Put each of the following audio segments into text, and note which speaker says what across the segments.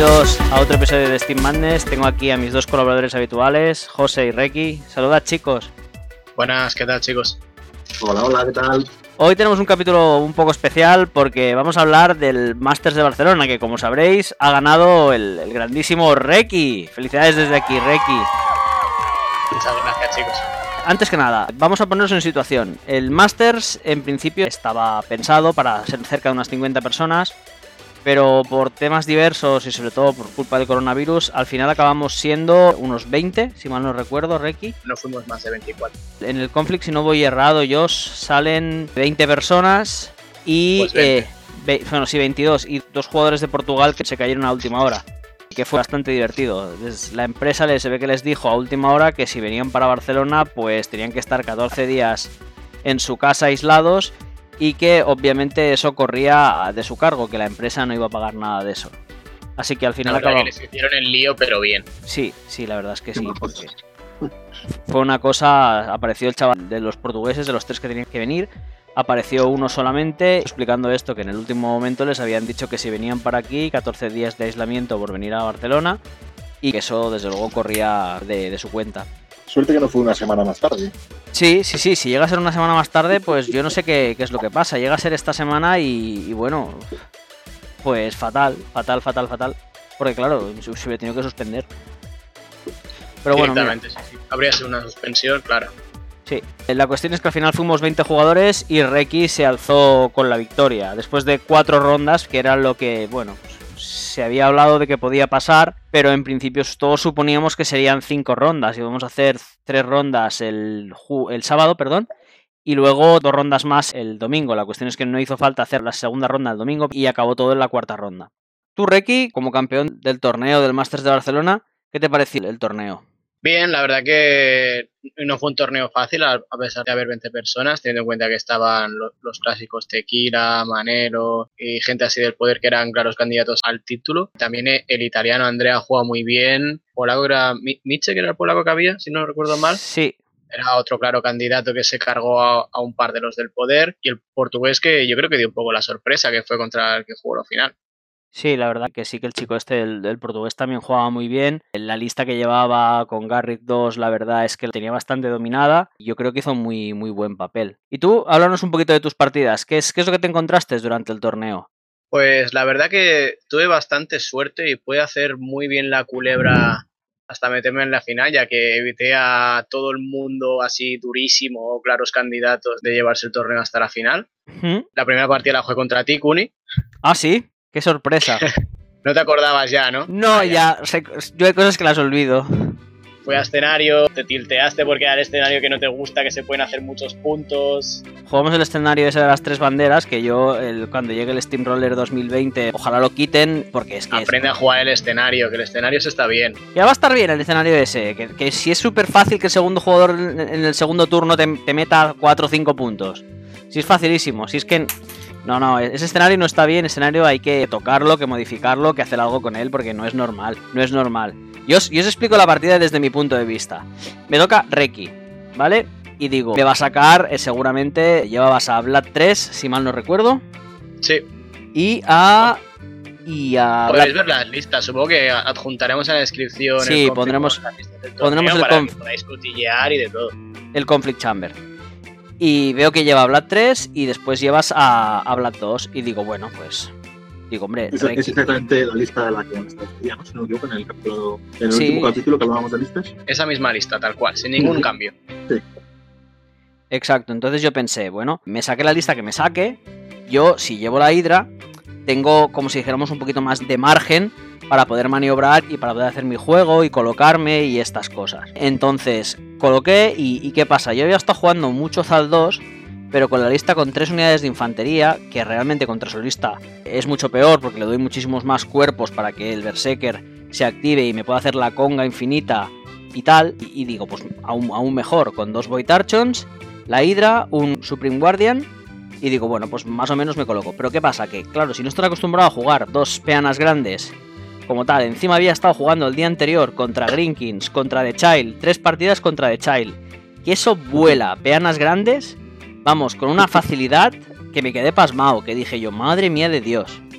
Speaker 1: bienvenidos a otro episodio de Steam Madness. Tengo aquí a mis dos colaboradores habituales, José y Requi. Saludad, chicos.
Speaker 2: Buenas, ¿qué tal, chicos?
Speaker 3: Hola, ¿qué tal?
Speaker 1: Hoy tenemos un capítulo un poco especial porque vamos a hablar del Masters de Barcelona, que como sabréis ha ganado el grandísimo Requi. Felicidades desde aquí, Requi.
Speaker 2: Muchas gracias, chicos.
Speaker 1: Antes que nada, vamos a ponernos en situación. El Masters en principio estaba pensado para ser cerca de unas 50 personas, pero por temas diversos y sobre todo por culpa del coronavirus, al final acabamos siendo unos 20, si mal no recuerdo, Requi.
Speaker 2: No fuimos más de 24.
Speaker 1: En el Conflict, si no voy errado, Josh, salen 20 personas y...
Speaker 2: Pues
Speaker 1: 22, y 2 jugadores de Portugal que se cayeron a última hora, que fue bastante divertido. La empresa se ve que les dijo a última hora que si venían para Barcelona, pues tenían que estar 14 días en su casa aislados, y que obviamente eso corría de su cargo, que la empresa no iba a pagar nada de eso. Así que al final
Speaker 2: acabamos. Que les hicieron el lío, pero bien.
Speaker 1: Sí, la verdad es que sí, porque fue una cosa. Apareció el chaval de los portugueses, de los 3 que tenían que venir, apareció uno solamente explicando esto, que en el último momento les habían dicho que si venían para aquí, 14 días de aislamiento por venir a Barcelona, y que eso desde luego corría de su cuenta.
Speaker 3: Suerte que no fue una semana más tarde.
Speaker 1: Sí, si llega a ser una semana más tarde, pues yo no sé qué es lo que pasa. Llega a ser esta semana y bueno, pues fatal. Porque claro, se hubiera tenido que suspender. Pero bueno, mira.
Speaker 2: Sí. Habría sido una suspensión, claro.
Speaker 1: Sí, la cuestión es que al final fuimos 20 jugadores y Requi se alzó con la victoria. Después de 4 rondas, que era lo que, bueno, se había hablado de que podía pasar, pero en principio todos suponíamos que serían 5 rondas. Íbamos a hacer 3 rondas el sábado, y luego 2 rondas más el domingo. La cuestión es que no hizo falta hacer la segunda ronda el domingo y acabó todo en la 4ª ronda. Tú, Requi, como campeón del torneo del Masters de Barcelona, ¿qué te pareció el torneo?
Speaker 2: Bien, la verdad que no fue un torneo fácil, a pesar de haber 20 personas, teniendo en cuenta que estaban los clásicos Tequila, Manero y gente así del poder que eran claros candidatos al título. También el italiano Andrea juega muy bien. Polaco era Miche, que era el polaco que había, si no recuerdo mal.
Speaker 1: Sí.
Speaker 2: Era otro claro candidato que se cargó a un par de los del poder. Y el portugués, que yo creo que dio un poco la sorpresa, que fue contra el que jugó la final.
Speaker 1: Sí, la verdad que sí, que el chico del portugués también jugaba muy bien. La lista que llevaba con Garrick 2, la verdad es que la tenía bastante dominada. Yo creo que hizo muy buen papel. Y tú, háblanos un poquito de tus partidas. ¿Qué es lo que te encontraste durante el torneo?
Speaker 2: Pues la verdad que tuve bastante suerte y pude hacer muy bien la culebra hasta meterme en la final, ya que evité a todo el mundo así durísimo, claros candidatos de llevarse el torneo hasta la final. La primera partida la jugué contra ti, Kuni.
Speaker 1: Ah, sí. ¡Qué sorpresa!
Speaker 2: No te acordabas ya, ¿no?
Speaker 1: No, ya. Yo hay cosas que las olvido.
Speaker 2: Fue a escenario, te tilteaste porque era el escenario que no te gusta, que se pueden hacer muchos puntos.
Speaker 1: Jugamos el escenario ese de las 3 banderas, que yo, cuando llegue el Steamroller 2020, ojalá lo quiten, porque es que...
Speaker 2: Aprende a jugar el escenario, que el escenario se está bien.
Speaker 1: Ya va a estar bien el escenario ese, que si es súper fácil que el segundo jugador en el segundo turno te meta 4 o 5 puntos. Si es facilísimo, si es que... No, ese escenario no está bien, escenario hay que tocarlo, que modificarlo, que hacer algo con él, porque no es normal. Yo os explico la partida desde mi punto de vista. Me toca Requi, ¿vale? Y digo, me va a sacar, seguramente, llevabas a Vlad 3, si mal no recuerdo.
Speaker 2: Sí.
Speaker 1: Y a...
Speaker 2: Podréis ver las listas, supongo que adjuntaremos en la descripción.
Speaker 1: Sí, pondremos el
Speaker 2: para que podáis cotillear y de todo.
Speaker 1: El Conflict Chamber. Y veo que lleva a Vlad 3 y después llevas a Vlad 2. Y digo, bueno, pues... Digo, hombre...
Speaker 3: Es exactamente la lista de la que hemos estudiado, ¿no? Si no me equivoco, en el último capítulo que hablábamos de listas.
Speaker 2: Esa misma lista, tal cual, sin ningún cambio.
Speaker 3: Sí.
Speaker 1: Exacto, entonces yo pensé, bueno, me saqué la lista que me saque. Yo, si llevo la Hydra, tengo, como si dijéramos, un poquito más de margen para poder maniobrar y para poder hacer mi juego y colocarme y estas cosas. Entonces, coloqué y ¿qué pasa? Yo había estado jugando mucho Zal 2, pero con la lista con 3 unidades de infantería, que realmente contra su lista es mucho peor porque le doy muchísimos más cuerpos para que el Berserker se active y me pueda hacer la conga infinita y tal. Y digo, pues aún mejor, con 2 Void Archons, la Hydra, un Supreme Guardian. Y digo, bueno, pues más o menos me coloco. Pero ¿qué pasa? Que, claro, si no estoy acostumbrado a jugar 2 peanas grandes como tal, encima había estado jugando el día anterior contra Grinkins, contra The Child, 3 partidas contra The Child, que eso vuela, peanas grandes, vamos, con una facilidad que me quedé pasmado, que dije yo, madre mía de Dios,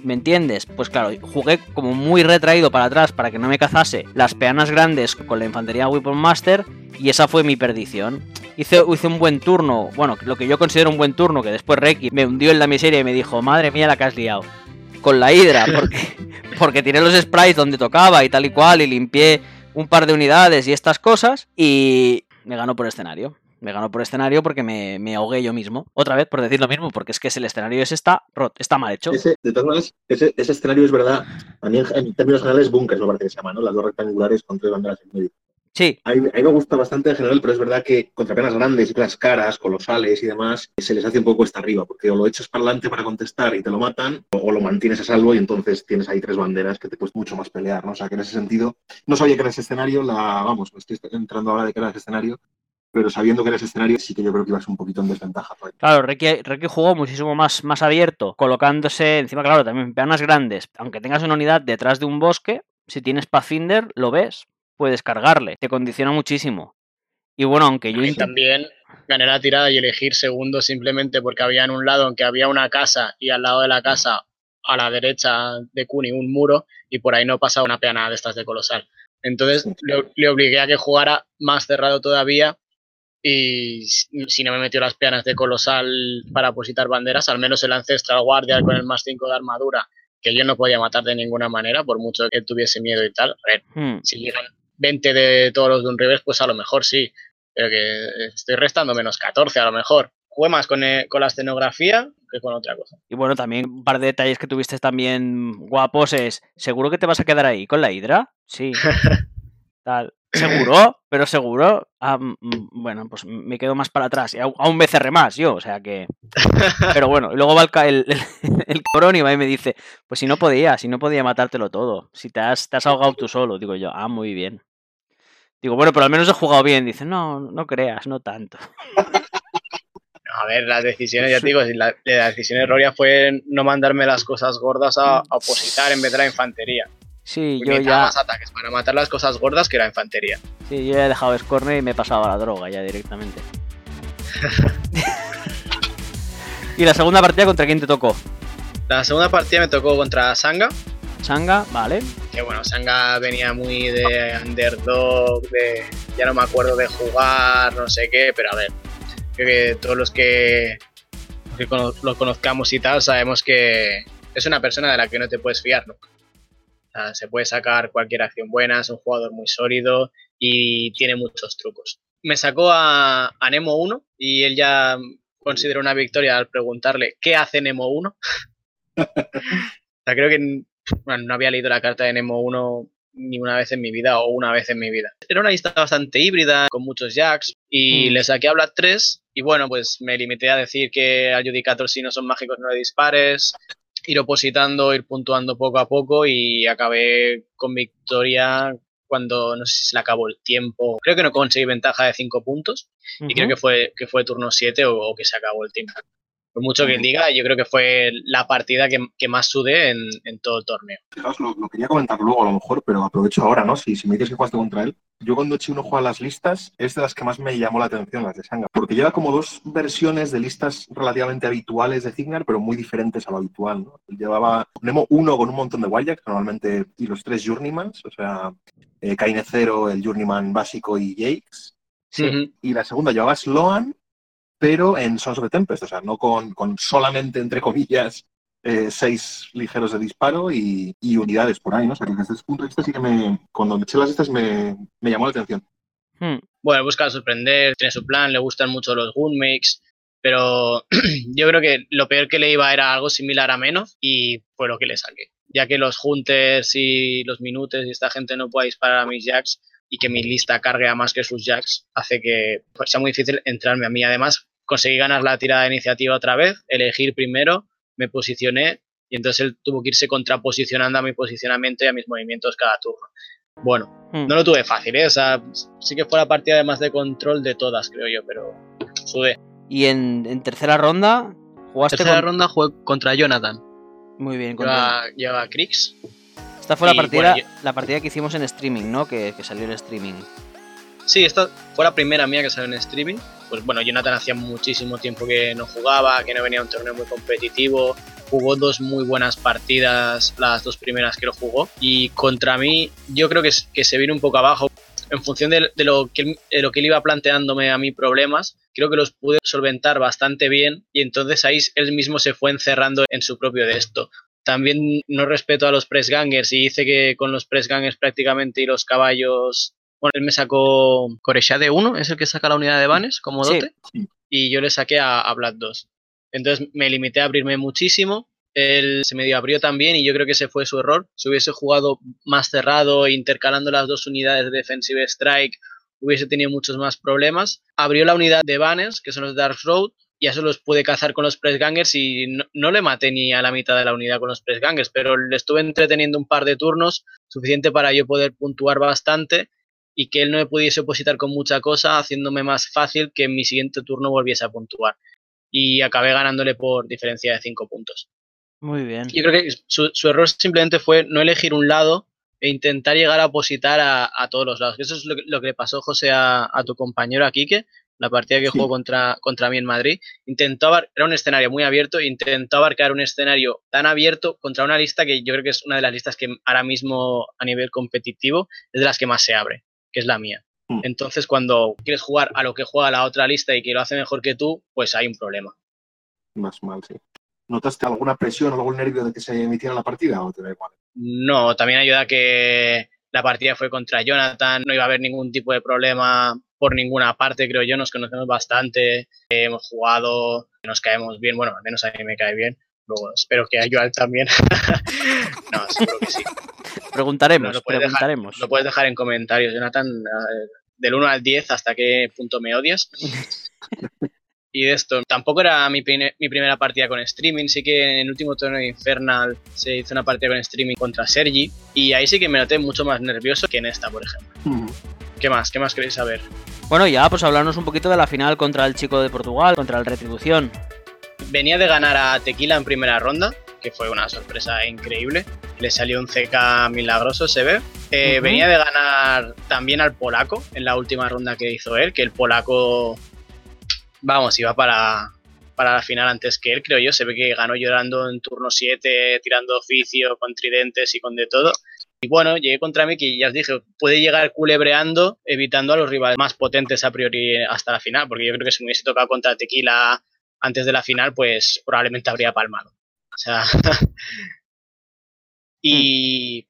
Speaker 1: ¿Me entiendes? Pues claro, jugué como muy retraído para atrás para que no me cazase las peanas grandes con la infantería Weapon Master y esa fue mi perdición. Hice un buen turno, bueno, lo que yo considero un buen turno, que después Reki me hundió en la miseria y me dijo, madre mía la que has liado. Con la Hydra, porque tiré los sprites donde tocaba y tal y cual y limpié un par de unidades y estas cosas y me ganó por escenario. Me ganó por escenario porque me ahogué yo mismo. Otra vez, por decir lo mismo, porque es que el escenario ese está mal hecho.
Speaker 3: De todas maneras, ese escenario es verdad, a mí en términos generales bunkers me parece que se llama, ¿no? Las 2 rectangulares con 3 banderas en medio.
Speaker 1: Sí.
Speaker 3: A mí me gusta bastante en general, pero es verdad que contra penas grandes, las caras, colosales y demás, se les hace un poco cuesta arriba, porque o lo echas para adelante para contestar y te lo matan, o lo mantienes a salvo y entonces tienes ahí 3 banderas que te cuesta mucho más pelear, ¿no? O sea, que en ese sentido, no sabía que era ese escenario, me estoy entrando ahora de que era ese escenario, pero sabiendo que era ese escenario, sí que yo creo que ibas un poquito en desventaja.
Speaker 1: Claro, Reki jugó muchísimo más abierto, colocándose encima, claro, también peanas grandes. Aunque tengas una unidad detrás de un bosque, si tienes Pathfinder, lo ves, puedes cargarle, te condiciona muchísimo. Y bueno, aunque yo...
Speaker 2: También gané la tirada y elegir segundo simplemente porque había en un lado en que había una casa y al lado de la casa, a la derecha de Kuni, un muro y por ahí no pasaba una peana de estas de colosal. Entonces le obligué a que jugara más cerrado todavía. Y si no me metió las peanas de colosal para positar banderas, al menos el Ancestral Guardian con el más 5 de armadura, que yo no podía matar de ninguna manera, por mucho que tuviese miedo y tal. A ver, si llegan 20 de todos los Doomreavers, pues a lo mejor sí, pero que estoy restando menos 14 a lo mejor. Jugué más con la escenografía que con otra cosa.
Speaker 1: Y bueno, también un par de detalles que tuviste también guapos es, ¿seguro que te vas a quedar ahí con la Hydra? Sí. Tal. ¿Seguro? ¿Pero seguro? Bueno, pues me quedo más para atrás. Y aún me cerré más yo, o sea que... Pero bueno, y luego va el cabrón y va y me dice, pues si no podía matártelo todo. Si te has ahogado tú solo. Digo yo, muy bien. Digo, bueno, pero al menos he jugado bien. Dice, no creas, no tanto.
Speaker 2: A ver, las decisiones, ya te digo, la decisión errónea fue no mandarme las cosas gordas a opositar en vez de la infantería.
Speaker 1: Sí,
Speaker 2: yo ya... más ataques para matar las cosas gordas que la infantería.
Speaker 1: Sí, yo ya he dejado Scorner y me he pasado a la droga ya directamente. ¿Y la segunda partida contra quién te tocó?
Speaker 2: La segunda partida me tocó contra Sanga.
Speaker 1: Sanga, vale.
Speaker 2: Que bueno, Sanga venía muy de underdog, ya no me acuerdo de jugar, no sé qué, pero a ver, creo que todos los que lo conozcamos y tal, sabemos que es una persona de la que no te puedes fiar nunca. O sea, se puede sacar cualquier acción buena, es un jugador muy sólido y tiene muchos trucos. Me sacó a Nemo 1 y él ya consideró una victoria al preguntarle ¿qué hace Nemo 1? O sea, creo que no había leído la carta de Nemo 1 ni una vez en mi vida o una vez en mi vida. Era una lista bastante híbrida, con muchos jacks, y le saqué a Vlad 3 y bueno, pues me limité a decir que al Judicator si no son mágicos no le dispares, ir opositando, ir puntuando poco a poco y acabé con victoria cuando no sé si se le acabó el tiempo. Creo que no conseguí ventaja de 5 puntos y creo que fue turno 7 o que se acabó el tiempo. Por mucho que diga, yo creo que fue la partida que más sudé en todo el torneo.
Speaker 3: Fijaos, lo quería comentar luego a lo mejor, pero aprovecho ahora, ¿no? Si me dices que jugaste contra él. Yo cuando eché un ojo a las listas, es de las que más me llamó la atención, las de Sanga. Porque lleva como 2 versiones de listas relativamente habituales de Cygnar, pero muy diferentes a lo habitual, ¿no? Él llevaba Nemo 1 con un montón de Wildjacks, normalmente, y los 3 Journeymans, o sea, Kaine 0, el Journeyman básico y Jakes.
Speaker 1: Sí.
Speaker 3: Y la segunda llevaba Sloan, pero en Sons of the Tempest, o sea, no con solamente, entre comillas, 6 ligeros de disparo y unidades por ahí, ¿no? O sea, que desde ese punto de vista sí que cuando me eché las listas me llamó la atención.
Speaker 2: Bueno, busca sorprender, tiene su plan, le gustan mucho los Gunmakes, pero yo creo que lo peor que le iba era algo similar a menos y fue lo que le saqué. Ya que los Hunters y los Minutes y esta gente no pueda disparar a mis jacks y que mi lista cargue a más que sus jacks, hace que sea muy difícil entrarme a mí. Además, conseguí ganar la tirada de iniciativa otra vez, elegir primero, me posicioné y entonces él tuvo que irse contraposicionando a mi posicionamiento y a mis movimientos cada turno. Bueno, no lo tuve fácil, ¿eh? O sea, sí que fue la partida de más de control de todas, creo yo, pero sudé.
Speaker 1: ¿Y en tercera ronda jugaste?
Speaker 2: Tercera ronda jugué contra Jonathan.
Speaker 1: Muy bien.
Speaker 2: Lleva Kriegs.
Speaker 1: Esta fue la partida que hicimos en streaming, ¿no? Que salió en streaming.
Speaker 2: Sí, esta fue la primera mía que salió en streaming. Pues bueno, Jonathan hacía muchísimo tiempo que no jugaba, que no venía a un torneo muy competitivo jugó 2 muy buenas partidas, las 2 primeras que lo jugó, y contra mí yo creo que se vino un poco abajo. En función de lo que él iba planteándome a mí problemas, creo que los pude solventar bastante bien, y entonces ahí él mismo se fue encerrando en su propio de esto. También no respeto a los press gangers y hice que con los press gangers prácticamente y los caballos... Bueno, él me sacó Coreshade 1, es el que saca la unidad de Banes como dote,
Speaker 3: Sí.
Speaker 2: y yo le saqué a Vlad 2. Entonces me limité a abrirme muchísimo. Él se medio abrió también y yo creo que ese fue su error. Si hubiese jugado más cerrado, intercalando las 2 unidades de Defensive Strike, hubiese tenido muchos más problemas. Abrió la unidad de Banners, que son los Dark Road, y a eso los pude cazar con los Press Gangers y no le maté ni a la mitad de la unidad con los Press Gangers, pero le estuve entreteniendo un par de turnos, suficiente para yo poder puntuar bastante y que él no me pudiese opositar con mucha cosa, haciéndome más fácil que en mi siguiente turno volviese a puntuar. Y acabé ganándole por diferencia de 5 puntos.
Speaker 1: Muy bien.
Speaker 2: Yo creo que su error simplemente fue no elegir un lado e intentar llegar a opositar a todos los lados. Eso es lo que le pasó, José, a tu compañero, a Quique, la partida que jugó contra mí en Madrid. Era un escenario muy abierto, intentó abarcar un escenario tan abierto contra una lista que yo creo que es una de las listas que ahora mismo a nivel competitivo es de las que más se abre, que es la mía. Entonces, cuando quieres jugar a lo que juega la otra lista y que lo hace mejor que tú, pues hay un problema.
Speaker 3: Más mal, sí. ¿Notaste alguna presión o algún nervio de que se emitiera la partida o te da igual?
Speaker 2: No, también ayuda que la partida fue contra Jonathan, no iba a haber ningún tipo de problema por ninguna parte, creo yo, nos conocemos bastante, hemos jugado, nos caemos bien, bueno, al menos a mí me cae bien, luego espero que a Joel también. No, seguro que sí.
Speaker 1: Preguntaremos.
Speaker 2: Lo puedes dejar en comentarios, Jonathan, del 1 al 10, ¿hasta qué punto me odias? Y de esto, tampoco era mi primera partida con streaming, sí que en el último torneo de Infernal se hizo una partida con streaming contra Sergi, y ahí sí que me noté mucho más nervioso que en esta, por ejemplo. ¿Qué más queréis saber?
Speaker 1: Bueno, ya, pues hablarnos un poquito de la final contra el chico de Portugal, contra el Retribución.
Speaker 2: Venía de ganar a Tequila en primera ronda, que fue una sorpresa increíble. Le salió un CK milagroso, se ve. Venía de ganar también al polaco en la última ronda que hizo él, que el polaco... Vamos, iba para la final antes que él, creo yo. Se ve que ganó llorando en turno 7, tirando oficio, con tridentes y con de todo. Y bueno, llegué contra mí, que ya os dije, puede llegar culebreando, evitando a los rivales más potentes a priori hasta la final, porque yo creo que si me hubiese tocado contra Tequila antes de la final, pues probablemente habría palmado. O sea... Y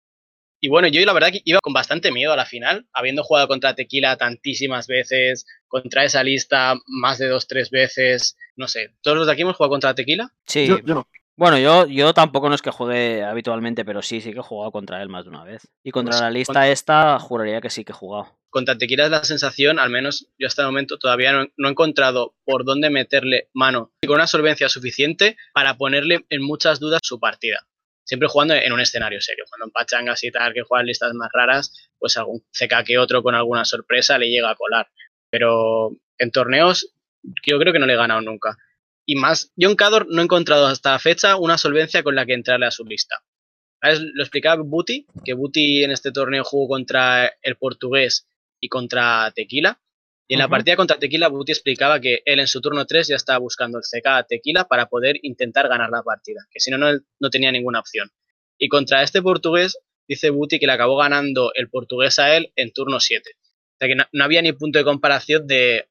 Speaker 2: bueno, yo la verdad que iba con bastante miedo a la final, habiendo jugado contra Tequila tantísimas veces, contra esa lista más de 2-3 veces, no sé. ¿Todos los de aquí hemos jugado contra Tequila?
Speaker 1: Sí.
Speaker 3: Yo no.
Speaker 1: Bueno, yo tampoco no es que juegue habitualmente, pero sí que he jugado contra él más de una vez. Y contra la lista esta, juraría que sí que he jugado.
Speaker 2: Contra Tequila es la sensación, al menos yo hasta el momento todavía no he encontrado por dónde meterle mano y con una solvencia suficiente para ponerle en muchas dudas su partida. Siempre jugando en un escenario serio, cuando en pachangas y tal, que juegan listas más raras, pues algún CK que otro con alguna sorpresa le llega a colar. Pero en torneos yo creo que no le he ganado nunca. Y más, yo en Cador no he encontrado hasta la fecha una solvencia con la que entrarle a su lista. ¿Sabes? Lo explicaba Buti, que Buti en este torneo jugó contra el portugués y contra Tequila. Y en la partida contra Tequila, Buti explicaba que él en su turno 3 ya estaba buscando el CK a Tequila para poder intentar ganar la partida, que si no, no tenía ninguna opción. Y contra este portugués, dice Buti que le acabó ganando el portugués a él en turno 7. O sea que no había ni punto de comparación de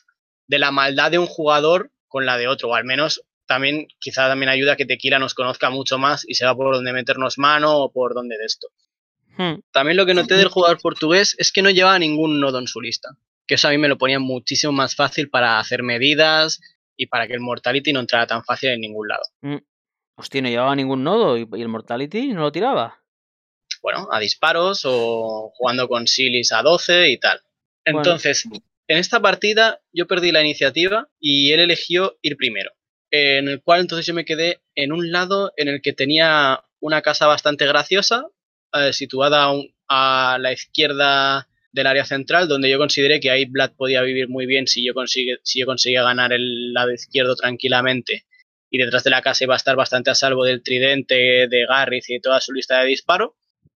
Speaker 2: la maldad de un jugador con la de otro, o al menos quizá también ayuda a que Tequila nos conozca mucho más y sepa por dónde meternos mano o por dónde de esto. También lo que noté del jugador portugués es que no llevaba ningún nodo en su lista, que eso a mí me lo ponía muchísimo más fácil para hacer medidas y para que el Mortality no entrara tan fácil en ningún lado.
Speaker 1: Hostia, no llevaba ningún nodo y el Mortality no lo tiraba.
Speaker 2: Bueno, a disparos o jugando con Silis a 12 y tal. Entonces, en esta partida yo perdí la iniciativa y él eligió ir primero, en el cual entonces yo me quedé en un lado en el que tenía una casa bastante graciosa, situada a la izquierda del área central, donde yo consideré que ahí Vlad podía vivir muy bien si yo conseguía ganar el lado izquierdo tranquilamente, y detrás de la casa iba a estar bastante a salvo del tridente, de Garrith y toda su lista de disparo.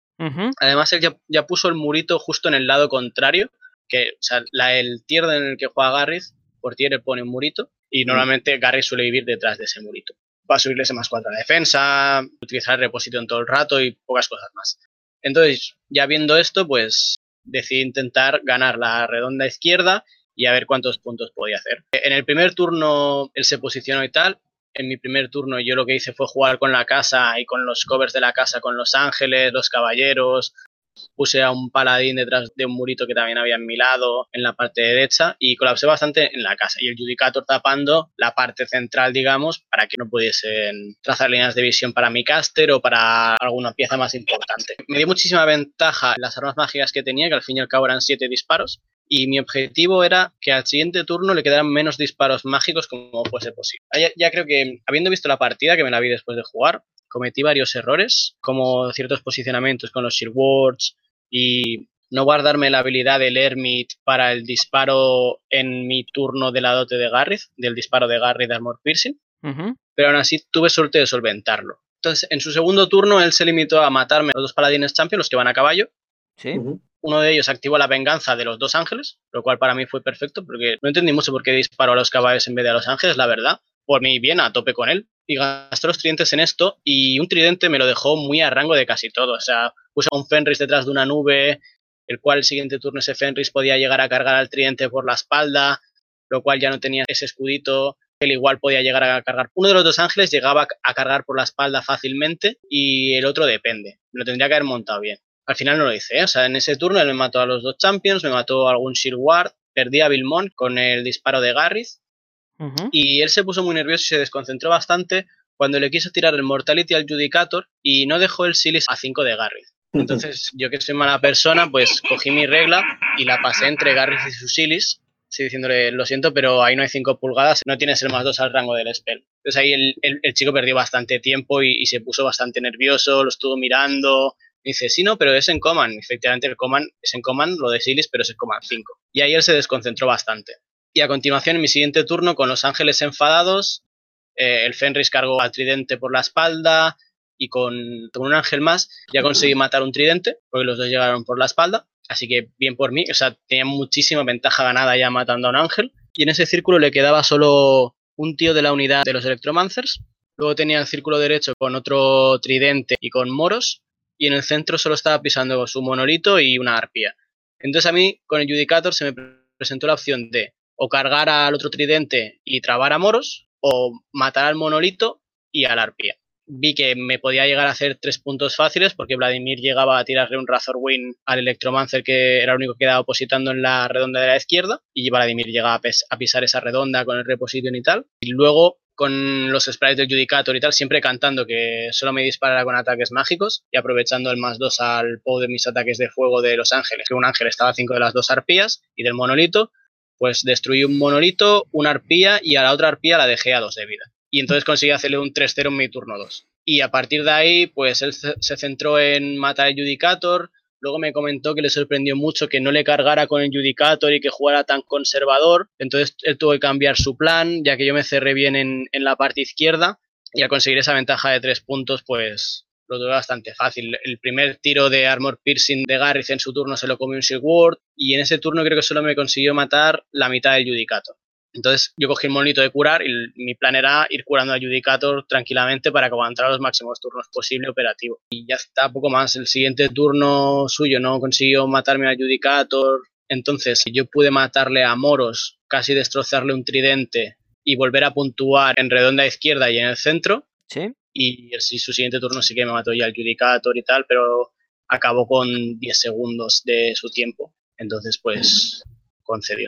Speaker 2: Además él ya puso el murito justo en el lado contrario, que o sea, el tier en el que juega Garrith, por tier pone un murito, y normalmente Garrith suele vivir detrás de ese murito. para subirles +4 a la defensa, utilizar el reposition todo el rato y pocas cosas más. Entonces, ya viendo esto, pues decidí intentar ganar la redonda izquierda y a ver cuántos puntos podía hacer. En el primer turno él se posicionó y tal. En mi primer turno yo lo que hice fue jugar con la casa y con los covers de la casa, con los ángeles, los caballeros. Puse a un paladín detrás de un murito que también había en mi lado, en la parte derecha, y colapsé bastante en la casa. Y el Judicator tapando la parte central, digamos, para que no pudiesen trazar líneas de visión para mi caster o para alguna pieza más importante. Me dio muchísima ventaja las armas mágicas que tenía, que al fin y al cabo eran 7 disparos, y mi objetivo era que al siguiente turno le quedaran menos disparos mágicos como fuese posible. Ya creo que, habiendo visto la partida, que me la vi después de jugar, cometí varios errores, como ciertos posicionamientos con los Shield Wards y no guardarme la habilidad del Hermit para el disparo en mi turno de la dote de Garrith, del disparo de Garrith de Armor Piercing, pero aún así tuve suerte de solventarlo. Entonces, en su segundo turno, él se limitó a matarme a los 2 paladines champions, los que van a caballo.
Speaker 1: Sí.
Speaker 2: Uno de ellos activó la venganza de los 2 ángeles, lo cual para mí fue perfecto, porque no entendí mucho por qué disparó a los caballos en vez de a los ángeles, la verdad. Por mí bien, a tope con él. Y gasté los tridentes en esto, y un tridente me lo dejó muy a rango de casi todo. O sea, puse un Fenris detrás de una nube, el cual el siguiente turno ese Fenris podía llegar a cargar al tridente por la espalda, lo cual ya no tenía ese escudito. Él igual podía llegar a cargar. Uno de los 2 ángeles llegaba a cargar por la espalda fácilmente, y el otro depende. Me lo tendría que haber montado bien. Al final no lo hice, ¿eh? O sea, en ese turno él me mató a los 2 champions, me mató a algún Shield Ward, perdí a Vilmont con el disparo de Garrith. Y él se puso muy nervioso y se desconcentró bastante cuando le quiso tirar el Mortality al Judicator y no dejó el Silis a 5 de Garrith. Entonces, yo que soy mala persona, pues cogí mi regla y la pasé entre Garrith y su Silis, así diciéndole, lo siento, pero ahí no hay 5 pulgadas, no tienes el +2 al rango del spell. Entonces ahí el chico perdió bastante tiempo y se puso bastante nervioso, lo estuvo mirando. Me dice, sí, no, pero es en Command. Efectivamente, el Command es en Command, lo de Silis, pero es en Command 5. Y ahí él se desconcentró bastante. Y a continuación, en mi siguiente turno, con los ángeles enfadados, el Fenris cargó al tridente por la espalda y con un ángel más ya conseguí matar un tridente, porque los 2 llegaron por la espalda. Así que bien por mí, o sea, tenía muchísima ventaja ganada ya matando a un ángel. Y en ese círculo le quedaba solo un tío de la unidad de los Electromancers. Luego tenía el círculo derecho con otro tridente y con moros. Y en el centro solo estaba pisando su monolito y una arpía. Entonces a mí, con el Judicator, se me presentó la opción de o cargar al otro tridente y trabar a moros, o matar al monolito y a la arpía. Vi que me podía llegar a hacer 3 puntos fáciles, porque Vladimir llegaba a tirarle un Razorwind al Electromancer, que era el único que quedaba opositando en la redonda de la izquierda, y Vladimir llegaba a pisar esa redonda con el reposition y tal. Y luego, con los sprites del Judicator y tal, siempre cantando que solo me disparara con ataques mágicos y aprovechando el +2 al POW de mis ataques de fuego de los ángeles, que un ángel estaba a 5 de las 2 arpías, y del monolito, pues destruí un monolito, una arpía, y a la otra arpía la dejé a 2 de vida. Y entonces conseguí hacerle un 3-0 en mi turno 2. Y a partir de ahí, pues él se centró en matar al Judicator. Luego me comentó que le sorprendió mucho que no le cargara con el Judicator y que jugara tan conservador. Entonces él tuvo que cambiar su plan, ya que yo me cerré bien en la parte izquierda. Y al conseguir esa ventaja de 3 puntos, pues lo tuve bastante fácil. El primer tiro de Armor Piercing de Garrith en su turno se lo comió un Shield Ward. Y en ese turno creo que solo me consiguió matar la mitad del Judicator. Entonces yo cogí el monolito de curar y mi plan era ir curando a Judicator tranquilamente para aguantar los máximos turnos posible operativo. Y ya está, poco más. El siguiente turno suyo no consiguió matarme a Judicator. Entonces yo pude matarle a moros, casi destrozarle un tridente y volver a puntuar en redonda izquierda y en el centro.
Speaker 1: Sí.
Speaker 2: Y su siguiente turno sí que me mató ya el Judicator y tal, pero acabó con 10 segundos de su tiempo. Entonces pues concedió.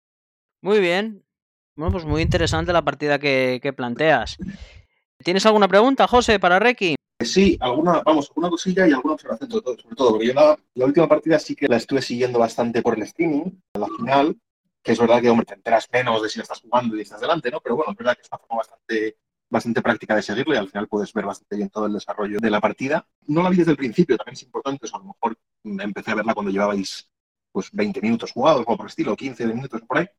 Speaker 1: Muy bien. Bueno, pues muy interesante la partida que planteas. ¿Tienes alguna pregunta, José, para Requi?
Speaker 3: Sí, alguna cosilla y alguna observación sobre todo, porque yo la última partida sí que la estuve siguiendo bastante por el streaming, en la final, que es verdad que, hombre, te enteras menos de si la estás jugando y estás delante, ¿no? Pero bueno, es verdad que es una forma bastante práctica de seguirlo y al final puedes ver bastante bien todo el desarrollo de la partida. No la vi desde el principio, también es importante, a lo mejor empecé a verla cuando llevabais pues 20 minutos jugados o por el estilo, 15 minutos por ahí.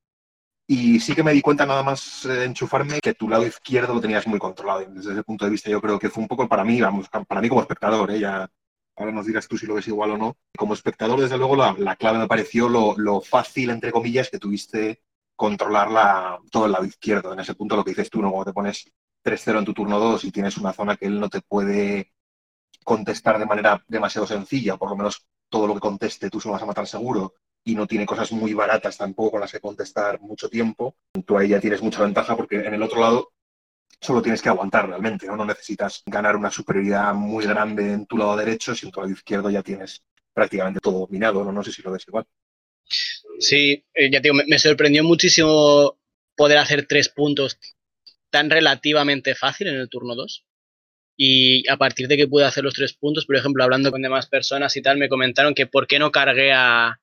Speaker 3: Y sí que me di cuenta nada más enchufarme que tu lado izquierdo lo tenías muy controlado. Y desde ese punto de vista yo creo que fue un poco para mí como espectador, ya ahora nos dirás tú si lo ves igual o no. Como espectador, desde luego, la clave me pareció lo fácil, entre comillas, que tuviste controlar todo el lado izquierdo. En ese punto lo que dices tú, ¿no? Como te pones 3-0 en tu turno 2 y tienes una zona que él no te puede contestar de manera demasiado sencilla, por lo menos todo lo que conteste tú se lo vas a matar seguro, y no tiene cosas muy baratas tampoco con las que contestar mucho tiempo, tú ahí ya tienes mucha ventaja porque en el otro lado solo tienes que aguantar realmente, ¿no? No necesitas ganar una superioridad muy grande en tu lado derecho, si en tu lado izquierdo ya tienes prácticamente todo dominado, ¿no? No sé si lo ves igual.
Speaker 2: Sí, ya te digo, me sorprendió muchísimo poder hacer 3 puntos tan relativamente fácil en el turno 2. Y a partir de que pude hacer los 3 puntos, por ejemplo, hablando con demás personas y tal, me comentaron que por qué no cargué a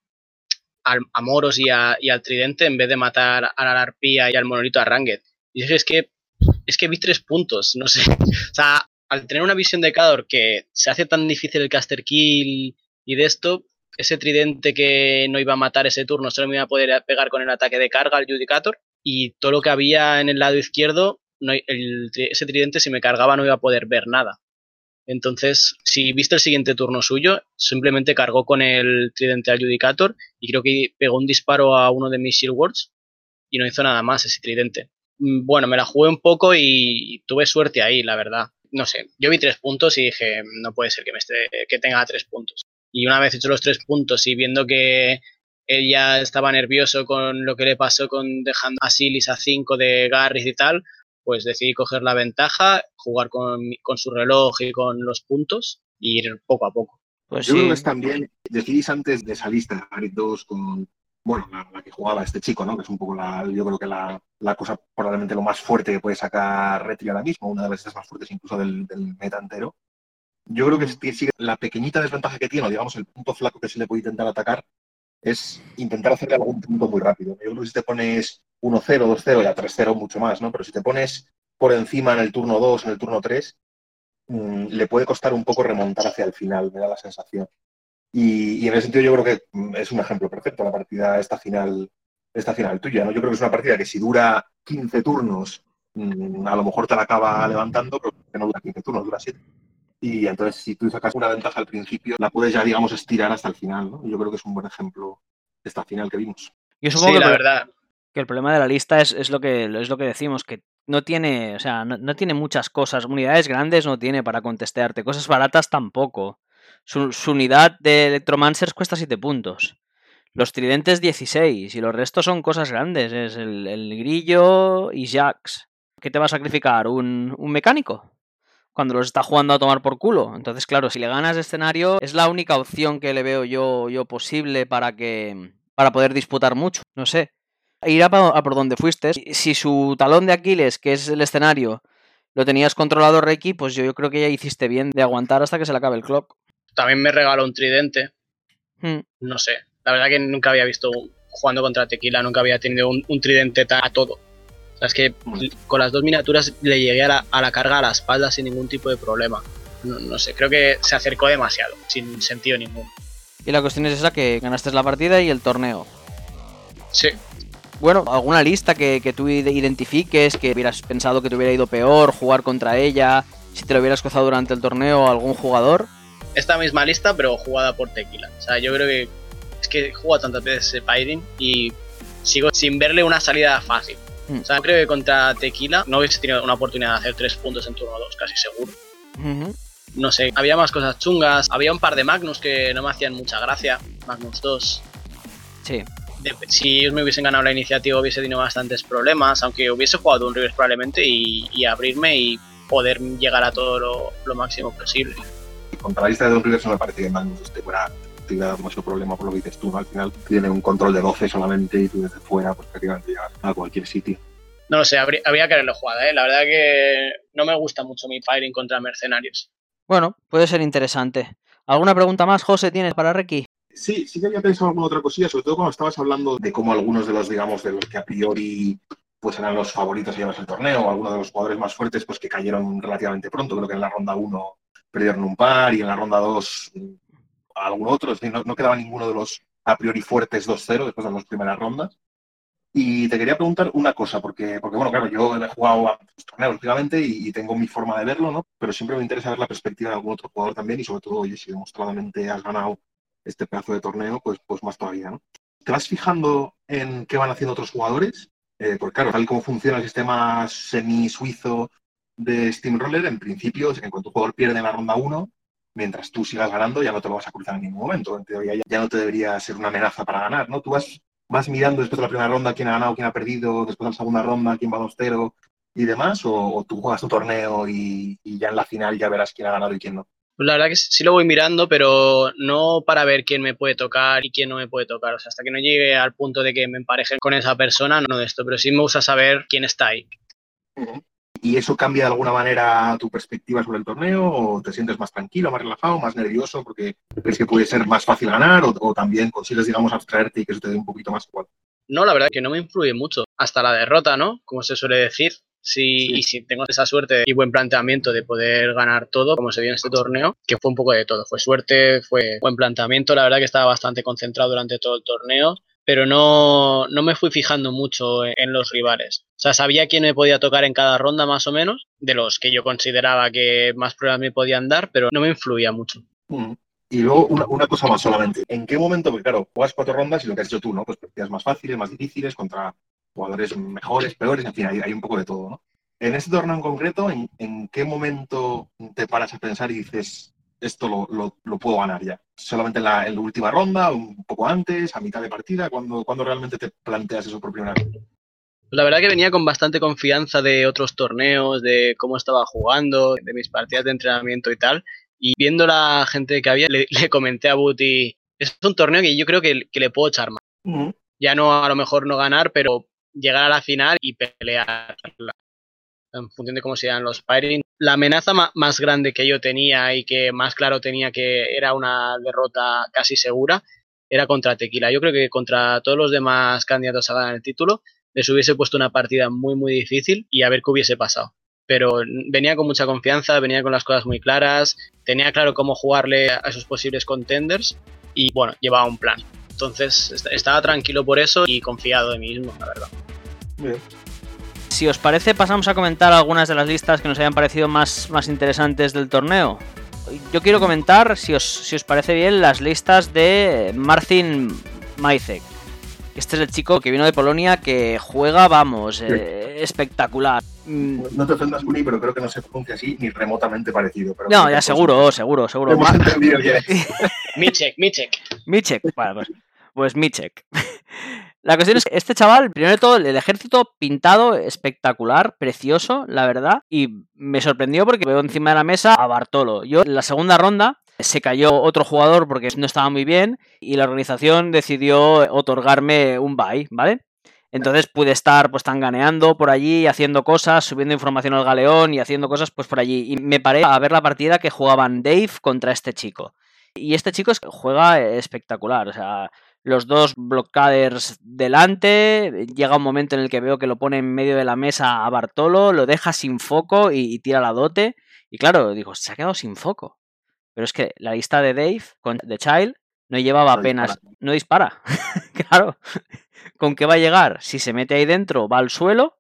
Speaker 2: Moros y al Tridente en vez de matar a la Arpía y al Monolito a Ranged. Y dije, es que vi 3 puntos, no sé. O sea, al tener una visión de Khador que se hace tan difícil el caster kill y de esto, ese Tridente que no iba a matar ese turno solo me iba a poder pegar con el ataque de carga al Judicator, y todo lo que había en el lado izquierdo, ese Tridente si me cargaba no iba a poder ver nada. Entonces, si viste el siguiente turno suyo, simplemente cargó con el Tridente al Judicator y creo que pegó un disparo a uno de mis Shield Words y no hizo nada más ese Tridente. Bueno, me la jugué un poco y tuve suerte ahí, la verdad. No sé, yo vi 3 puntos y dije, no puede ser que tenga 3 puntos. Y una vez hecho los 3 puntos y viendo que él ya estaba nervioso con lo que le pasó con dejando a Silis a 5 de Garry's y tal, pues decidí coger la ventaja, jugar con su reloj y con los puntos y ir poco a poco.
Speaker 1: Pues
Speaker 3: Yo creo que
Speaker 1: sí.
Speaker 3: es también, decidís antes de esa lista de Garry's 2 con, bueno, la que jugaba este chico, ¿no? Que es un poco yo creo que la cosa probablemente lo más fuerte que puede sacar Retri ahora mismo, una de las veces más fuertes incluso del meta entero. Yo creo que sigue la pequeñita desventaja que tiene, o digamos el punto flaco que se le puede intentar atacar, es intentar hacerle algún punto muy rápido. Yo creo que si te pones 1-0, 2-0 y a 3-0 mucho más, ¿no? Pero si te pones por encima en el turno 2, en el turno 3, le puede costar un poco remontar hacia el final, me da la sensación. Y en ese sentido yo creo que es un ejemplo perfecto la partida, esta final tuya, ¿no? Yo creo que es una partida que si dura 15 turnos, a lo mejor te la acaba levantando, pero que no dura 15 turnos, dura 7. Y entonces, si tú sacas una ventaja al principio, la puedes ya, digamos, estirar hasta el final, ¿no? Yo creo que es un buen ejemplo de esta final que vimos.
Speaker 1: Yo supongo
Speaker 2: Sí, la verdad.
Speaker 1: que el problema de la lista es lo que decimos, que no tiene, o sea, no tiene muchas cosas. Unidades grandes no tiene para contestearte, cosas baratas tampoco. Su unidad de Electromancers cuesta 7 puntos. Los tridentes 16 y los restos son cosas grandes. Es el grillo y Jax. ¿Qué te va a sacrificar? ¿Un mecánico? Cuando los está jugando a tomar por culo. Entonces, claro, si le ganas escenario, es la única opción que le veo yo posible para poder disputar mucho. No sé. Ir a por donde fuiste. Si su talón de Aquiles, que es el escenario, lo tenías controlado, Reiki, pues yo creo que ya hiciste bien de aguantar hasta que se le acabe el clock.
Speaker 2: También me regaló un Tridente. No sé. La verdad que nunca había visto, jugando contra Tequila, nunca había tenido un Tridente a todo. O sea, es que con las 2 miniaturas le llegué a la carga a la espalda sin ningún tipo de problema. No sé, creo que se acercó demasiado, sin sentido ninguno.
Speaker 1: Y la cuestión es esa, que ganaste la partida y el torneo.
Speaker 2: Sí.
Speaker 1: Bueno, ¿alguna lista que tú identifiques, que hubieras pensado que te hubiera ido peor jugar contra ella, si te lo hubieras cruzado durante el torneo a algún jugador?
Speaker 2: Esta misma lista, pero jugada por Tequila. O sea, yo creo que es que he jugado tantas veces Pyrin y sigo sin verle una salida fácil. O sea, creo que contra Tequila no hubiese tenido una oportunidad de hacer 3 puntos en turno 2, casi seguro. No sé, había más cosas chungas. Había un par de Magnus que no me hacían mucha gracia. Magnus 2.
Speaker 1: Sí.
Speaker 2: Si ellos me hubiesen ganado la iniciativa hubiese tenido bastantes problemas, aunque hubiese jugado un Rivers probablemente y abrirme y poder llegar a todo lo máximo posible.
Speaker 3: Contra la lista de Don Rivers no me parece que Magnus te hubiera dado mucho problema por lo que dices tú, ¿no? Al final tiene un control de 12 solamente y tú desde fuera pues prácticamente llegas a cualquier sitio.
Speaker 2: No lo sé, habría que haberlo jugado, ¿eh? La verdad que no me gusta mucho mi Pyrin contra mercenarios.
Speaker 1: Bueno, puede ser interesante. ¿Alguna pregunta más, José, tienes para Reiki?
Speaker 3: Sí que había pensado alguna otra cosilla, sobre todo cuando estabas hablando de cómo algunos de los, digamos, de los que a priori pues eran los favoritos a llevarse el torneo, o algunos de los jugadores más fuertes pues que cayeron relativamente pronto. Creo que en la ronda 1 perdieron un par y en la ronda 2 algún otro. Es decir, no quedaba ninguno de los a priori fuertes 2-0 después de las 2 primeras rondas. Y te quería preguntar una cosa, porque bueno, claro, yo he jugado a torneos últimamente y tengo mi forma de verlo, ¿no? Pero siempre me interesa ver la perspectiva de algún otro jugador también y sobre todo, oye, si demostradamente has ganado este pedazo de torneo, pues más todavía, ¿no? ¿Te vas fijando en qué van haciendo otros jugadores? Porque claro, tal y como funciona el sistema semi-suizo, de Steamroller, en principio, en cuanto un jugador pierde en la ronda 1, mientras tú sigas ganando, ya no te lo vas a cruzar en ningún momento. En teoría, ya no te debería ser una amenaza para ganar, ¿no? Tú vas mirando después de la primera ronda quién ha ganado, quién ha perdido, después de la segunda ronda quién va 2-0 y demás, o tú juegas tu torneo y ya en la final ya verás quién ha ganado y quién no.
Speaker 2: Pues la verdad que sí lo voy mirando, pero no para ver quién me puede tocar y quién no me puede tocar. O sea, hasta que no llegue al punto de que me empareje con esa persona, no de esto. Pero sí me gusta saber quién está ahí.
Speaker 3: ¿Y eso cambia de alguna manera tu perspectiva sobre el torneo? ¿O te sientes más tranquilo, más relajado, más nervioso porque crees que puede ser más fácil ganar? ¿O también consigues, digamos, abstraerte y que eso te dé un poquito más igual?
Speaker 2: No, la verdad que no me influye mucho. Hasta la derrota, ¿no? Como se suele decir.
Speaker 3: Sí.
Speaker 2: Y si tengo esa suerte y buen planteamiento de poder ganar todo, como se vio en este torneo, que fue un poco de todo. Fue suerte, fue buen planteamiento. La verdad que estaba bastante concentrado durante todo el torneo, pero no me fui fijando mucho en los rivales. O sea, sabía quién me podía tocar en cada ronda más o menos, de los que yo consideraba que más pruebas me podían dar, pero no me influía mucho.
Speaker 3: Y luego una cosa más solamente. ¿En qué momento? Porque claro, juegas 4 rondas y lo que has hecho tú, ¿no? Pues partidas más fáciles, más difíciles, contra jugadores mejores, peores, en fin, hay un poco de todo, ¿no? En este torneo en concreto, ¿en qué momento te paras a pensar y dices, esto lo puedo ganar ya? ¿Solamente en la última ronda, un poco antes, a mitad de partida? ¿Cuándo realmente te planteas eso por primera vez?
Speaker 2: La verdad que venía con bastante confianza de otros torneos, de cómo estaba jugando, de mis partidas de entrenamiento y tal. Y viendo la gente que había, le comenté a Buti, es un torneo que yo creo que le puedo echar más. Ya no, a lo mejor no ganar, pero llegar a la final y pelear en función de cómo se llaman los sparring. La amenaza más grande que yo tenía y que más claro tenía que era una derrota casi segura era contra Tequila. Yo creo que contra todos los demás candidatos a ganar el título les hubiese puesto una partida muy muy difícil y a ver qué hubiese pasado. Pero venía con mucha confianza, venía con las cosas muy claras, tenía claro cómo jugarle a esos posibles contenders y bueno, llevaba un plan. Entonces estaba tranquilo por eso y confiado de mí mismo, la verdad.
Speaker 3: Bien.
Speaker 1: Si os parece, pasamos a comentar algunas de las listas que nos hayan parecido más interesantes del torneo. Yo quiero comentar, si os parece bien, las listas de Marcin Majcek. Este es el chico que vino de Polonia, que juega, vamos, espectacular.
Speaker 3: No te ofendas, Juli, pero creo que no se pronuncia así ni remotamente parecido. Pero
Speaker 1: no, ya seguro.
Speaker 3: Hemos entendido ya.
Speaker 1: Michek, bueno, pues Michek. La cuestión es que este chaval, primero de todo, el ejército pintado espectacular, precioso, la verdad, y me sorprendió porque veo encima de la mesa a Bartolo. Yo en la segunda ronda se cayó otro jugador porque no estaba muy bien y la organización decidió otorgarme un bye, ¿vale? Entonces pude estar pues tanganeando por allí, haciendo cosas, subiendo información al galeón y haciendo cosas pues por allí. Y me paré a ver la partida que jugaban Dave contra este chico. Y este chico juega espectacular, o sea, los dos blockaders delante, llega un momento en el que veo que lo pone en medio de la mesa a Bartolo, lo deja sin foco y tira la dote. Y claro, digo, se ha quedado sin foco. Pero es que la lista de Dave con The Child no llevaba apenas... No dispara. Claro. ¿Con qué va a llegar? Si se mete ahí dentro, va al suelo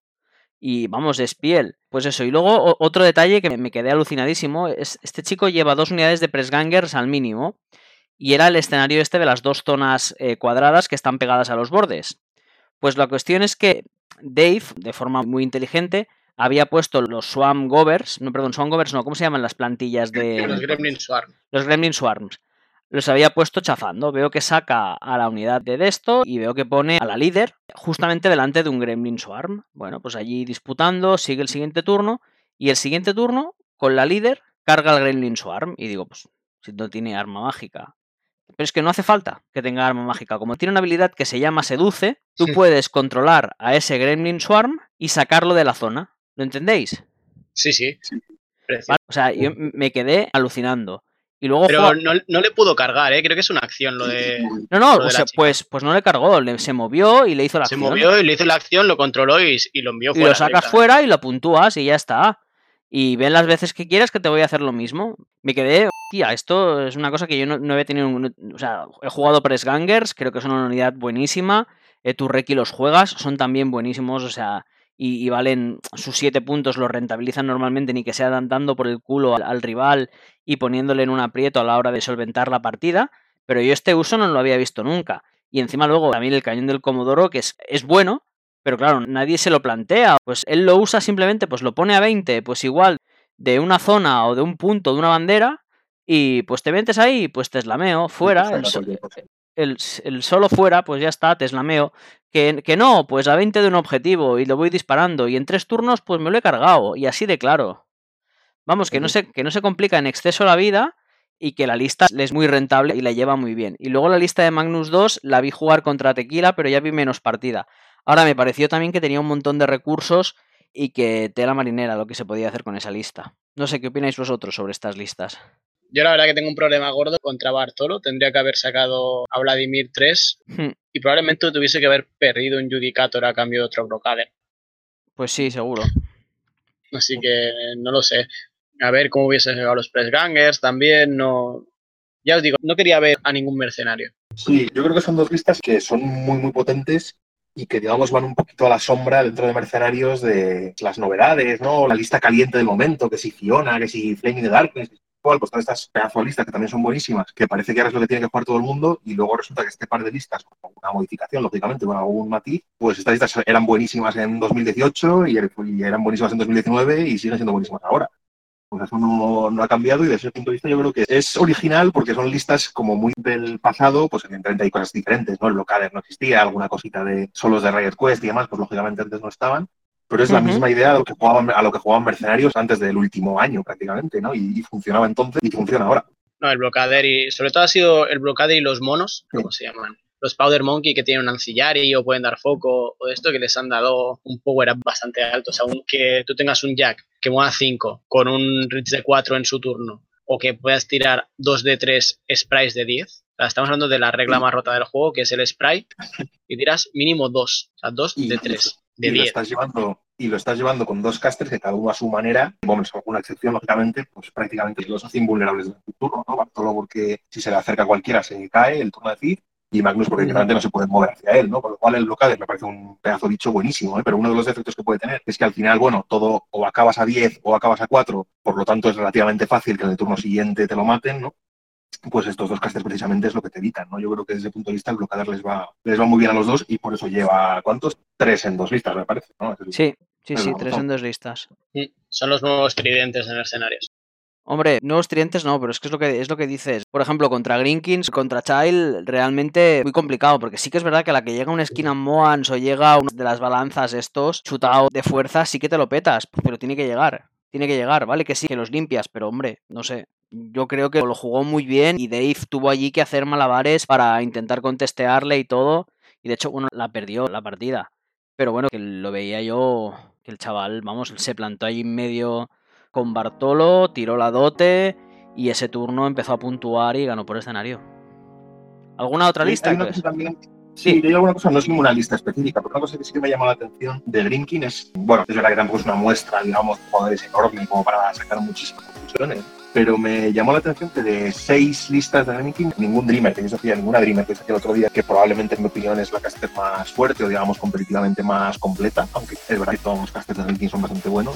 Speaker 1: y vamos, es piel. Pues eso. Y luego otro detalle que me quedé alucinadísimo es este chico lleva 2 unidades de pressgangers al mínimo y era el escenario este de las 2 zonas cuadradas que están pegadas a los bordes. Pues la cuestión es que Dave, de forma muy inteligente, había puesto los Swamp Govers, ¿cómo se llaman las plantillas de...?
Speaker 2: Los Gremlin Swarm.
Speaker 1: Los Gremlin Swarms. Los había puesto chafando. Veo que saca a la unidad de esto y veo que pone a la líder justamente delante de un Gremlin Swarm. Bueno, pues allí disputando, sigue el siguiente turno y el siguiente turno, con la líder, carga el Gremlin Swarm y digo, pues si no tiene arma mágica. Pero es que no hace falta que tenga arma mágica. Como tiene una habilidad que se llama Seduce, tú puedes controlar a ese Gremlin Swarm y sacarlo de la zona. ¿Lo entendéis?
Speaker 2: Sí.
Speaker 1: ¿Vale? O sea, yo me quedé alucinando. Y luego
Speaker 2: pero no le pudo cargar, creo que es una acción lo de...
Speaker 1: No, o sea, pues no le cargó, se movió y le hizo la acción.
Speaker 2: Se movió y le hizo la acción, lo controló y lo envió fuera.
Speaker 1: Y lo sacas fuera y lo puntúas y ya está. Y ven las veces que quieras que te voy a hacer lo mismo. Me quedé, tía, esto es una cosa que yo no había tenido... O sea, he jugado Pressgangers, creo que son una unidad buenísima. Turreki los juegas, son también buenísimos, o sea... Y valen sus 7 puntos, los rentabilizan normalmente, ni que sea dando por el culo al rival y poniéndole en un aprieto a la hora de solventar la partida, pero yo este uso no lo había visto nunca. Y encima luego también el cañón del Comodoro, que es bueno, Pero claro, nadie se lo plantea. Pues él lo usa simplemente, pues lo pone a 20, pues igual de una zona o de un punto de una bandera, y pues te metes ahí, pues te slameo, fuera, el solo fuera, pues ya está, te slameo. Que no, pues a 20 de un objetivo y lo voy disparando, y en 3 turnos pues me lo he cargado, y así de claro. Vamos, que no se complica en exceso la vida y que la lista le es muy rentable y la lleva muy bien. Y luego la lista de Magnus 2 la vi jugar contra Tequila, pero ya vi menos partida. Ahora me pareció también que tenía un montón de recursos y que tela marinera lo que se podía hacer con esa lista. No sé qué opináis vosotros sobre estas listas.
Speaker 2: Yo la verdad que tengo un problema gordo contra Bartolo. Tendría que haber sacado a Vladimir 3 y probablemente tuviese que haber perdido un Judicator a cambio de otro Brocader.
Speaker 1: Pues sí, seguro.
Speaker 2: Así que no lo sé. A ver cómo hubiese llegado los Press Gangers también. No, ya os digo, no quería ver a ningún mercenario.
Speaker 3: Sí, yo creo que son dos listas que son muy, muy potentes y que, digamos, van un poquito a la sombra dentro de Mercenarios de las novedades, ¿no? La lista caliente del momento, que si Fiona, que si Flame in the Darkness, pues todas estas pedazos de listas que también son buenísimas, que parece que ahora es lo que tiene que jugar todo el mundo, y luego resulta que este par de listas, con una modificación, lógicamente, con algún matiz, pues estas listas eran buenísimas en 2018 y eran buenísimas en 2019 y siguen siendo buenísimas ahora. Pues eso no ha cambiado, y desde ese punto de vista yo creo que es original porque son listas como muy del pasado. Pues evidentemente hay cosas diferentes, ¿no? El Blocader no existía, alguna cosita de solos de Riot Quest y demás, pues lógicamente antes no estaban, pero es la misma idea a lo que jugaban Mercenarios antes del último año prácticamente, ¿no? Y funcionaba entonces y funciona ahora.
Speaker 2: No, el Blocader y sobre todo ha sido el Blocader y los monos, ¿cómo se llaman? Los Powder Monkey, que tienen un Ancillary o pueden dar foco, o esto, que les han dado un power up bastante alto. O sea, aunque tú tengas un Jack que mueva 5 con un Reach de 4 en su turno, o que puedas tirar 2 de 3 sprays de 10. O sea, estamos hablando de la regla más rota del juego, que es el spray, y tiras mínimo 2. O sea, 2 de 3, de 10.
Speaker 3: Lo estás llevando con dos casters que cada uno a su manera, bueno, con una excepción, lógicamente, pues prácticamente los hace invulnerables en el turno, ¿no? Bartolo porque si se le acerca a cualquiera se cae el turno de Cid, y Magnus porque realmente no se puede mover hacia él, ¿no? Con lo cual el Blocader me parece un pedazo de bicho buenísimo, ¿eh? Pero uno de los defectos que puede tener es que al final, bueno, todo o acabas a 10 o acabas a 4, por lo tanto es relativamente fácil que en el turno siguiente te lo maten, ¿no? Pues estos dos casters precisamente es lo que te evitan, ¿no? Yo creo que desde ese punto de vista el Blocader les va muy bien a los dos, y por eso lleva, ¿cuántos? 3 en 2 listas, me parece, ¿no?
Speaker 1: Sí, 3 en 2 listas.
Speaker 2: Son los nuevos tridentes de Mercenarios.
Speaker 1: Hombre, nuevos tridentes no, pero es que es lo que dices. Por ejemplo, contra Grinkins, contra Child, realmente muy complicado, porque sí que es verdad que a la que llega un Skin and Moans o llega una de las balanzas estos, chutado de fuerza, sí que te lo petas, pero tiene que llegar. Tiene que llegar, ¿vale? Que sí, que los limpias, pero hombre, no sé. Yo creo que lo jugó muy bien y Dave tuvo allí que hacer malabares para intentar contestearle y todo. Y de hecho, bueno, la perdió la partida. Pero bueno, que lo veía yo, que el chaval, vamos, se plantó allí en medio con Bartolo, tiró la dote y ese turno empezó a puntuar y ganó por escenario. ¿Alguna otra lista?
Speaker 3: Hay una cosa también. Sí, hay alguna cosa, no es ninguna lista específica, pero una cosa que sí que me llamó la atención de Grinkin es, bueno, es verdad que tampoco es una muestra, digamos, de jugadores enormes como para sacar muchísimas conclusiones, pero me llamó la atención que de 6 listas de Grinkin, ningún Dreamer, que yo decía, ninguna Dreamer, que saqué el otro día, que probablemente en mi opinión es la caster más fuerte o digamos competitivamente más completa, aunque es verdad que todos los casters de Grinkin son bastante buenos,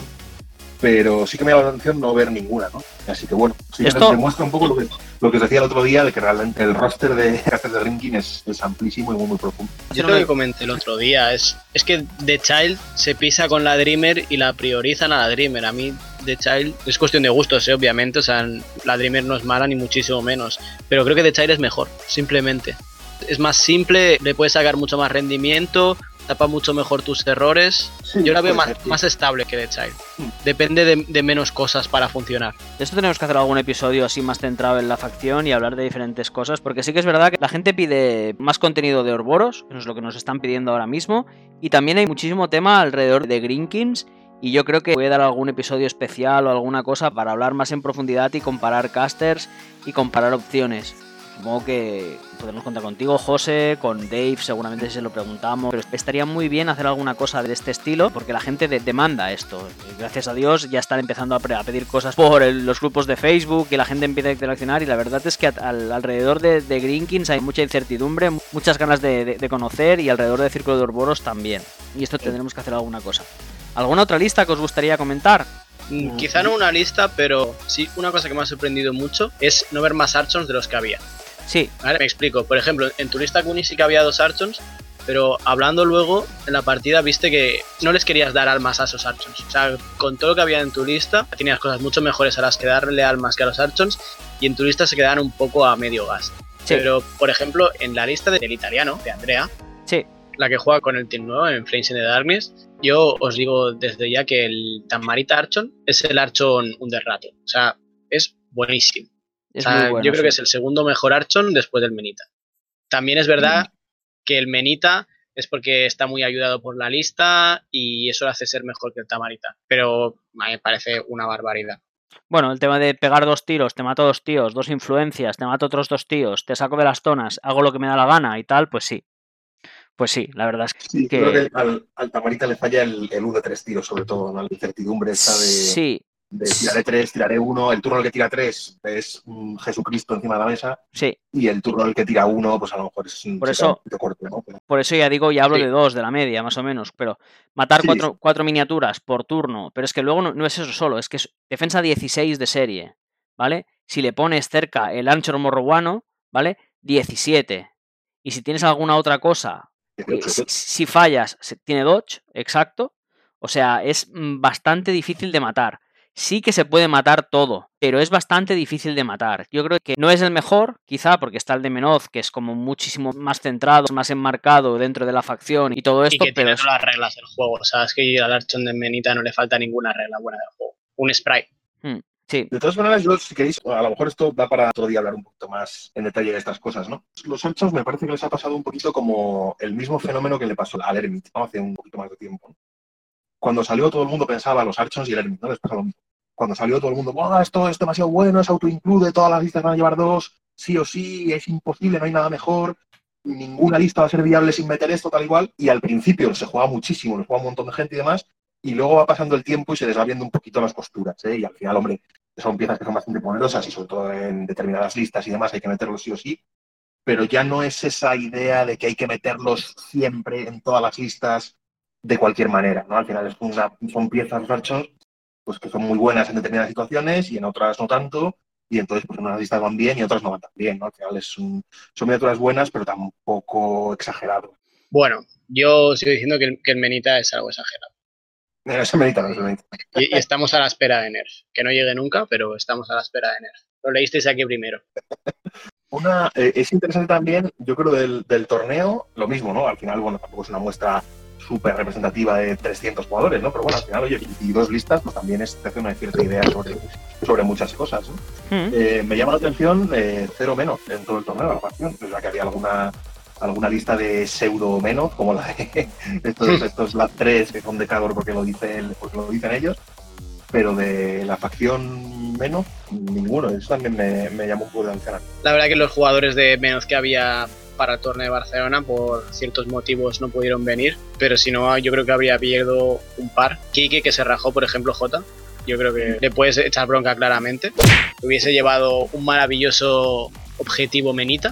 Speaker 3: pero sí que me llama la atención no ver ninguna, ¿no? Así que bueno, sí que demuestra un poco lo que os decía el otro día, de que realmente el roster de casters de Ranking es amplísimo y muy, muy profundo.
Speaker 2: Yo lo que comenté el otro día es que The Child se pisa con la Dreamer y la priorizan a la Dreamer. A mí The Child es cuestión de gustos, obviamente, o sea, la Dreamer no es mala ni muchísimo menos, pero creo que The Child es mejor, simplemente. Es más simple, le puedes sacar mucho más rendimiento, tapa mucho mejor tus errores. Sí, yo la veo más estable que The Child. Depende de menos cosas para funcionar.
Speaker 1: De esto tenemos que hacer algún episodio así más centrado en la facción y hablar de diferentes cosas, porque sí que es verdad que la gente pide más contenido de Ouroboros, eso es lo que nos están pidiendo ahora mismo, y también hay muchísimo tema alrededor de Grinkins, y yo creo que voy a dar algún episodio especial o alguna cosa para hablar más en profundidad y comparar casters y comparar opciones. Supongo que podremos contar contigo, José, con Dave, seguramente si se lo preguntamos, pero estaría muy bien hacer alguna cosa de este estilo, porque la gente demanda esto. Gracias a Dios ya están empezando a pedir cosas por los grupos de Facebook y la gente empieza a interaccionar, y la verdad es que alrededor de Grinkins hay mucha incertidumbre, muchas ganas de conocer, y alrededor del Círculo de Ouroboros también. Y esto tendremos que hacer alguna cosa. ¿Alguna otra lista que os gustaría comentar?
Speaker 2: Quizá no una lista, pero sí una cosa que me ha sorprendido mucho es no ver más Archons de los que había.
Speaker 1: Sí.
Speaker 2: Vale, me explico. Por ejemplo, en tu lista Kuni sí que había 2 Archons, pero hablando luego en la partida viste que no les querías dar almas a esos Archons. O sea, con todo lo que había en tu lista, tenías cosas mucho mejores a las que darle almas que a los Archons, y en tu lista se quedaban un poco a medio gas. Sí. Pero, por ejemplo, en la lista del italiano, de Andrea,
Speaker 1: sí,
Speaker 2: la que juega con el team nuevo en Flames in the Darkness, yo os digo desde ya que el Tamarita Archon es el Archon Underrated. O sea, es buenísimo.
Speaker 1: Es
Speaker 2: o sea,
Speaker 1: muy bueno,
Speaker 2: yo creo
Speaker 1: sí.
Speaker 2: que es el segundo mejor Archon después del Menita. También es verdad que el Menita es porque está muy ayudado por la lista y eso lo hace ser mejor que el Tamarita. Pero me parece una barbaridad.
Speaker 1: Bueno, el tema de pegar 2 tiros, te mato 2 tíos, 2 influencias, te mato otros 2 tíos, te saco de las zonas, hago lo que me da la gana y tal, pues sí. Pues sí, la verdad es que...
Speaker 3: Sí, creo que al Tamarita le falla el 1 de 3 tiros, sobre todo, ¿no? La incertidumbre esta de...
Speaker 1: Sí.
Speaker 3: De tiraré 3, tiraré 1, el turno en el que tira 3 es Jesucristo encima de la mesa.
Speaker 1: Sí.
Speaker 3: Y el turno en el que tira 1, pues a lo mejor es un corte, ¿no?
Speaker 1: Por eso ya digo, ya hablo de 2 de la media, más o menos. Pero matar 4 miniaturas por turno, pero es que luego no es eso solo, es que es defensa 16 de serie, ¿vale? Si le pones cerca el Anchor Morroguano, ¿vale? 17. Y si tienes alguna otra cosa,
Speaker 3: 18.
Speaker 1: si fallas, tiene dodge, exacto. O sea, es bastante difícil de matar. Sí que se puede matar todo, pero es bastante difícil de matar. Yo creo que no es el mejor, quizá, porque está el de Menoz, que es como muchísimo más centrado, más enmarcado dentro de la facción y todo esto.
Speaker 2: Y que tiene todas las reglas del juego. O sea, es que al Archon de Menita no le falta ninguna regla buena del juego. Un sprite.
Speaker 1: Sí.
Speaker 3: De todas maneras, yo, si queréis, a lo mejor esto da para otro día hablar un poquito más en detalle de estas cosas, ¿no? Los Archons me parece que les ha pasado un poquito como el mismo fenómeno que le pasó al Ermit, ¿no? Hace un poquito más de tiempo, ¿no? Cuando salió todo el mundo pensaba los Archons y el Ermit, ¿no? Les pasa lo mismo. Cuando salió todo el mundo, ¡oh, esto es demasiado bueno, es auto-include, todas las listas van a llevar 2, sí o sí, es imposible, no hay nada mejor, ninguna lista va a ser viable sin meter esto, tal igual. Y al principio se juega muchísimo, nos juega un montón de gente y demás, y luego va pasando el tiempo y se les va viendo un poquito las costuras, ¿eh? Y al final, hombre, son piezas que son bastante poderosas y sobre todo en determinadas listas y demás hay que meterlos sí o sí, pero ya no es esa idea de que hay que meterlos siempre en todas las listas de cualquier manera, ¿no? Al final son piezas Archons pues que son muy buenas en determinadas situaciones y en otras no tanto, y entonces pues en unas listas van bien y otras no van tan bien, ¿no? Al final son miniaturas buenas, pero tampoco exagerado.
Speaker 2: Bueno, yo sigo diciendo que el Menita es algo exagerado.
Speaker 3: No es Menita, no es Menita.
Speaker 2: Y estamos a la espera de Nerf. Que no llegue nunca, pero estamos a la espera de Nerf. Lo leísteis aquí primero.
Speaker 3: Es interesante también, yo creo, del torneo, lo mismo, ¿no? Al final, bueno, tampoco es una muestra súper representativa de 300 jugadores, ¿no? Pero bueno, al final, oye, 22 listas, pues también te hace una cierta idea sobre muchas cosas, ¿no? Me llama la atención 0 menos en todo el torneo de la facción. O sea, que había alguna lista de pseudo menos, como la de estos Lab 3 que son de Cador porque lo dicen ellos, pero de la facción menos, ninguno. Eso también me llamó un poco de atención.
Speaker 2: La verdad que los jugadores de menos que había para el torneo de Barcelona por ciertos motivos no pudieron venir, pero si no yo creo que habría habido un par. Kike, que se rajó, por ejemplo, Jota, yo creo que le puedes echar bronca claramente. Hubiese llevado un maravilloso objetivo Menita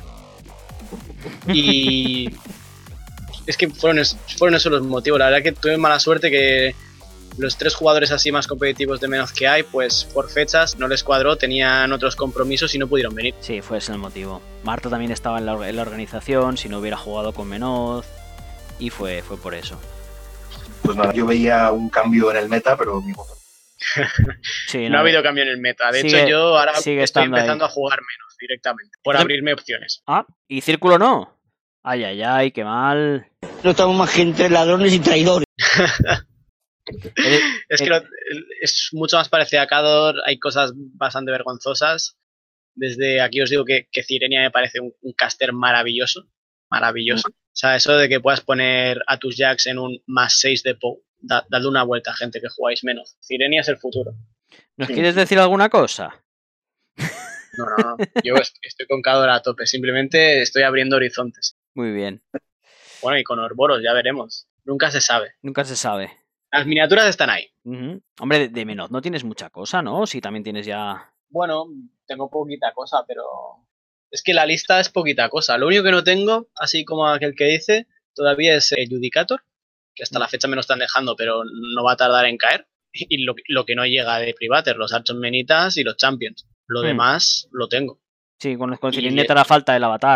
Speaker 2: y es que fueron esos los motivos. La verdad que tuve mala suerte que los 3 jugadores así más competitivos de Menoz que hay, pues por fechas no les cuadró, tenían otros compromisos y no pudieron venir.
Speaker 1: Sí, fue ese el motivo. Marta también estaba en la organización, si no hubiera jugado con Menoz, y fue por eso.
Speaker 3: Pues nada, yo veía un cambio en el meta, pero mi voto.
Speaker 2: Sí, no ha habido cambio en el meta. De hecho, yo ahora estoy empezando a jugar menos directamente, por abrirme opciones.
Speaker 1: Ah, ¿y Círculo no? Ay, qué mal.
Speaker 4: No estamos más que entre ladrones y traidores.
Speaker 2: Es que es mucho más parecido a Cador, hay cosas bastante vergonzosas. Desde aquí os digo que Cirenia me parece un caster maravilloso. Maravilloso. O sea, eso de que puedas poner a tus jacks en un +6 de POW, dadle una vuelta, gente que jugáis menos. Cirenia es el futuro.
Speaker 1: ¿Nos quieres decir alguna cosa?
Speaker 2: No. Yo estoy con Cador a tope. Simplemente estoy abriendo horizontes.
Speaker 1: Muy bien.
Speaker 2: Bueno, y con Orboros ya veremos. Nunca se sabe. Las miniaturas están ahí.
Speaker 1: Hombre, de Menoz no tienes mucha cosa, ¿no? Si también tienes ya...
Speaker 2: Bueno, tengo poquita cosa, pero... Es que la lista es poquita cosa. Lo único que no tengo, así como aquel que dice, todavía es el Judicator, que hasta la fecha me lo están dejando, pero no va a tardar en caer. Y lo que no llega de Privater, los Archon Menitas y los Champions. Lo demás lo tengo.
Speaker 1: Sí, con Cirineta hará falta el avatar, ¿no?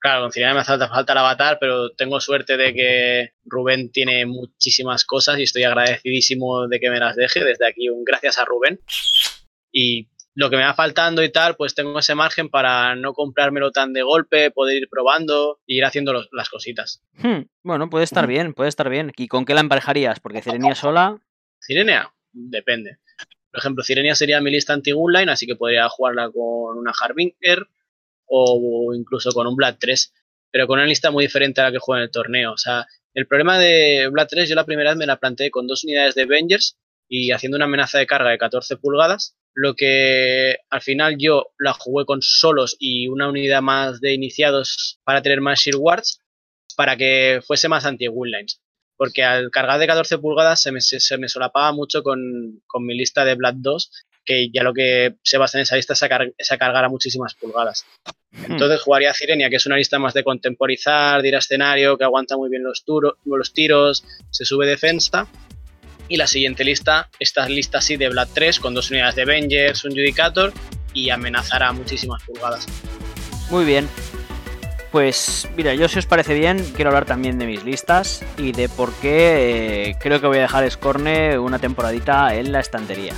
Speaker 2: Claro, con Cirenia me hace falta el avatar, pero tengo suerte de que Rubén tiene muchísimas cosas y estoy agradecidísimo de que me las deje. Desde aquí, un gracias a Rubén. Y lo que me va faltando y tal, pues tengo ese margen para no comprármelo tan de golpe, poder ir probando e ir haciendo las cositas.
Speaker 1: Bueno, puede estar bien, puede estar bien. ¿Y con qué la emparejarías? Porque Cirenia sola...
Speaker 2: Cirenia, depende. Por ejemplo, Cirenia sería mi lista anti-Gunline, así que podría jugarla con una Harbinger o incluso con un Blood 3, pero con una lista muy diferente a la que juega en el torneo. O sea, el problema de Blood 3, yo la primera vez me la planteé con 2 unidades de Avengers y haciendo una amenaza de carga de 14 pulgadas, lo que al final yo la jugué con solos y una unidad más de iniciados para tener más Shield Wards, para que fuese más anti-Gunlines. Porque al cargar de 14 pulgadas se me solapaba mucho con mi lista de Blood 2, que ya lo que se basa en esa lista es a cargar a muchísimas pulgadas. Entonces jugaría a Cirenia, que es una lista más de contemporizar, de ir a escenario, que aguanta muy bien los tiros, se sube defensa. Y la siguiente lista, esta lista así de Blood 3, con 2 unidades de Avengers, un Judicator y amenazar a muchísimas pulgadas.
Speaker 1: Muy bien. Pues mira, yo si os parece bien, quiero hablar también de mis listas y de por qué creo que voy a dejar Scorne una temporadita en la estantería.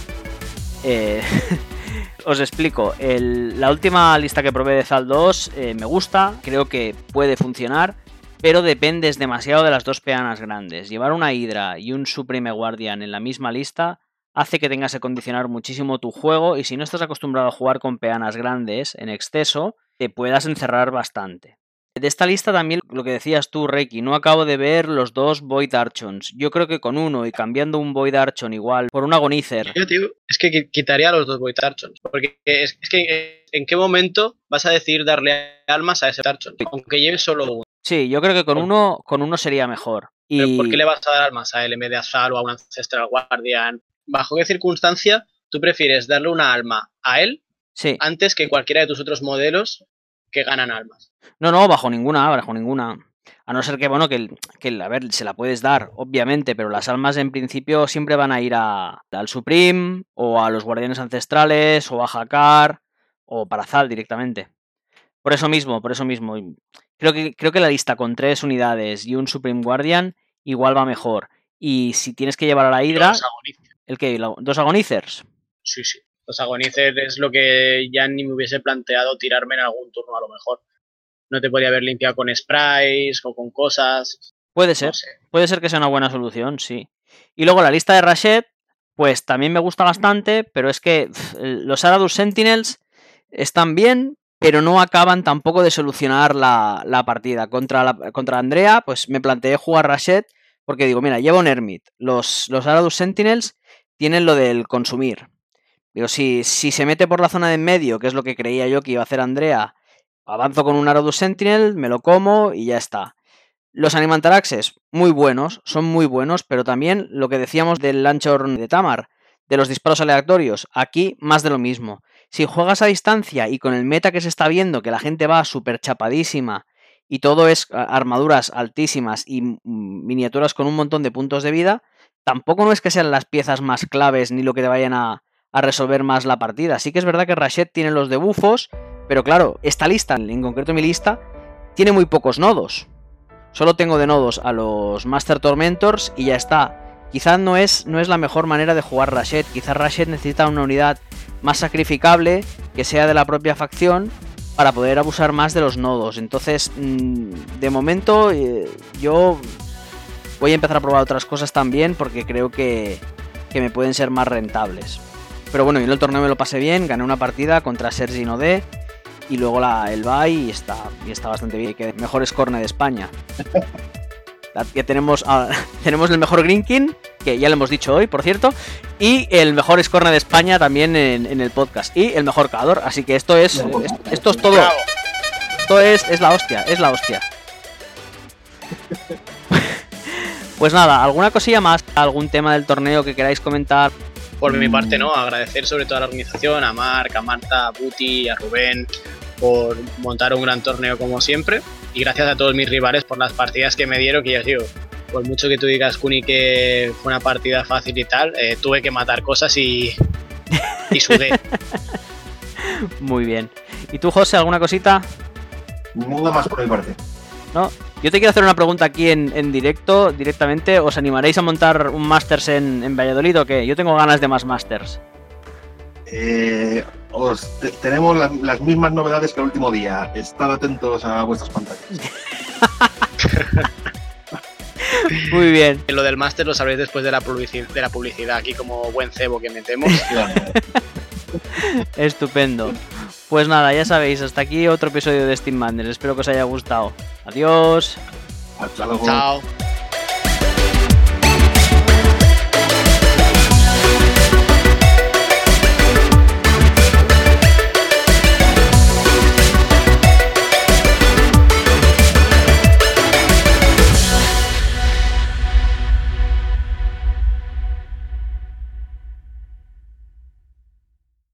Speaker 1: Os explico, la última lista que probé de Zal 2 me gusta, creo que puede funcionar, pero dependes demasiado de las 2 peanas grandes. Llevar una Hydra y un Supreme Guardian en la misma lista hace que tengas que condicionar muchísimo tu juego y si no estás acostumbrado a jugar con peanas grandes en exceso, te puedas encerrar bastante. De esta lista también lo que decías tú, Reiki, no acabo de ver los 2 Void Archons. Yo creo que con uno y cambiando un Void Archon igual por un Agonizer.
Speaker 2: Yo, tío, es que quitaría los 2 Void Archons. Porque es que ¿en qué momento vas a decidir darle almas a ese Archon? Aunque lleve solo uno.
Speaker 1: Sí, yo creo que con uno sería mejor.
Speaker 2: ¿Pero por qué le vas a dar almas a él en vez de a Zal o a un Ancestral Guardian? ¿Bajo qué circunstancia tú prefieres darle una alma a él antes que cualquiera de tus otros modelos que ganan almas?
Speaker 1: No, bajo ninguna. A no ser que, bueno, que a ver, se la puedes dar, obviamente, pero las almas en principio siempre van a ir al Supreme, o a los Guardianes Ancestrales, o a Hakar, o para Zal directamente. Por eso mismo. Creo que la lista con 3 unidades y un Supreme Guardian igual va mejor. Y si tienes que llevar a la Hydra... ¿El qué? ¿2 Agonizers?
Speaker 2: Sí. Los Agonizers es lo que ya ni me hubiese planteado tirarme en algún turno a lo mejor. No te podía haber limpiado con sprays o con cosas.
Speaker 1: Puede ser. No sé. Puede ser que sea una buena solución, sí. Y luego la lista de Rashid, pues también me gusta bastante, pero es que los Aradus Sentinels están bien, pero no acaban tampoco de solucionar la partida. Contra Andrea, pues me planteé jugar Rashid, porque digo, mira, llevo un Hermit. Los Aradus Sentinels tienen lo del consumir. Digo, si se mete por la zona de en medio, que es lo que creía yo que iba a hacer Andrea, avanzo con un Aradus Sentinel, me lo como y ya está. Los Animantaraxes, son muy buenos, pero también lo que decíamos del Lanchorn de Tamar, de los disparos aleatorios, aquí más de lo mismo. Si juegas a distancia y con el meta que se está viendo, que la gente va súper chapadísima y todo es armaduras altísimas y miniaturas con un montón de puntos de vida, tampoco no es que sean las piezas más claves ni lo que te vayan a resolver más la partida. Sí que es verdad que Rashid tiene los debuffos, pero claro, esta lista, en concreto mi lista, tiene muy pocos nodos. Solo tengo de nodos a los Master Tormentors y ya está. Quizás no es la mejor manera de jugar Rashid. Quizás Rashid necesita una unidad más sacrificable, que sea de la propia facción, para poder abusar más de los nodos. Entonces, de momento, yo voy a empezar a probar otras cosas también, porque creo que me pueden ser más rentables. Pero bueno, yo en el torneo me lo pasé bien, gané una partida contra Sergi Nodé y luego el bye y está bastante bien. Que mejor Scorne de España. Ya tenemos el mejor Greenkin, que ya lo hemos dicho hoy, por cierto, y el mejor Scorne de España también en el podcast, y el mejor Cador, así que esto es todo. Esto es la hostia, Pues nada, ¿alguna cosilla más? ¿Algún tema del torneo que queráis comentar?
Speaker 2: Por mi parte no, agradecer sobre todo a la organización, a Marc, a Marta, a Buti, a Rubén, por montar un gran torneo como siempre. Y gracias a todos mis rivales por las partidas que me dieron, que ya os digo, por mucho que tú digas, Kuni, que fue una partida fácil y tal, tuve que matar cosas y sudé.
Speaker 1: Muy bien. ¿Y tú, José, alguna cosita?
Speaker 3: Nada más por mi parte.
Speaker 1: ¿No? Yo te quiero hacer una pregunta aquí en directo, directamente. ¿Os animaréis a montar un Masters en Valladolid o qué? Yo tengo ganas de más Masters.
Speaker 3: Tenemos las mismas novedades que el último día. Estad atentos a vuestras pantallas.
Speaker 1: Muy bien.
Speaker 2: Lo del máster lo sabréis después de la publicidad, aquí como buen cebo que metemos.
Speaker 1: Estupendo. Pues nada, ya sabéis, hasta aquí otro episodio de Steam Madness. Espero que os haya gustado. Adiós.
Speaker 3: Hasta luego.
Speaker 2: Chao.